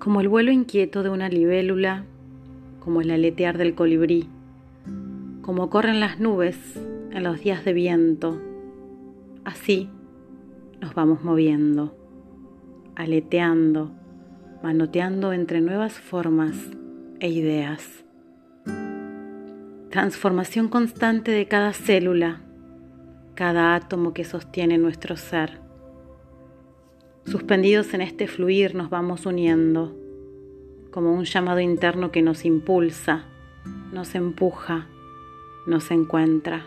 Como el vuelo inquieto de una libélula, como el aletear del colibrí, como corren las nubes en los días de viento, así nos vamos moviendo, aleteando, manoteando entre nuevas formas e ideas. Transformación constante de cada célula, cada átomo que sostiene nuestro ser. Suspendidos en este fluir nos vamos uniendo, como un llamado interno que nos impulsa, nos empuja, nos encuentra.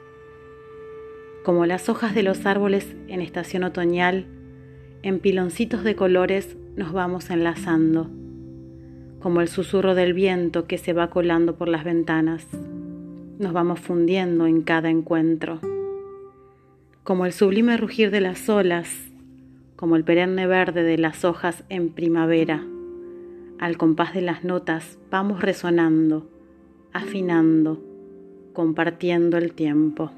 Como las hojas de los árboles en estación otoñal, en piloncitos de colores nos vamos enlazando, como el susurro del viento que se va colando por las ventanas, nos vamos fundiendo en cada encuentro. Como el sublime rugir de las olas, como el perenne verde de las hojas en primavera, al compás de las notas vamos resonando, afinando, compartiendo el tiempo.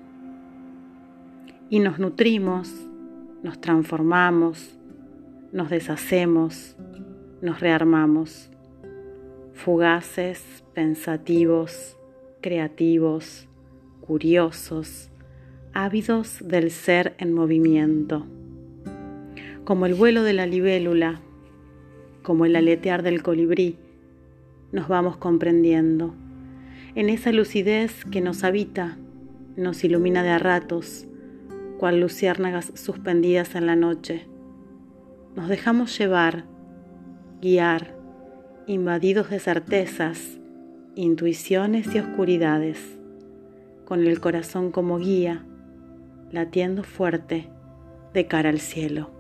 Y nos nutrimos, nos transformamos, nos deshacemos, nos rearmamos, fugaces, pensativos, creativos, curiosos, ávidos del ser en movimiento. Como el vuelo de la libélula, como el aletear del colibrí, nos vamos comprendiendo. En esa lucidez que nos habita, nos ilumina de a ratos, cual luciérnagas suspendidas en la noche. Nos dejamos llevar, guiar, invadidos de certezas, intuiciones y oscuridades, con el corazón como guía, latiendo fuerte de cara al cielo.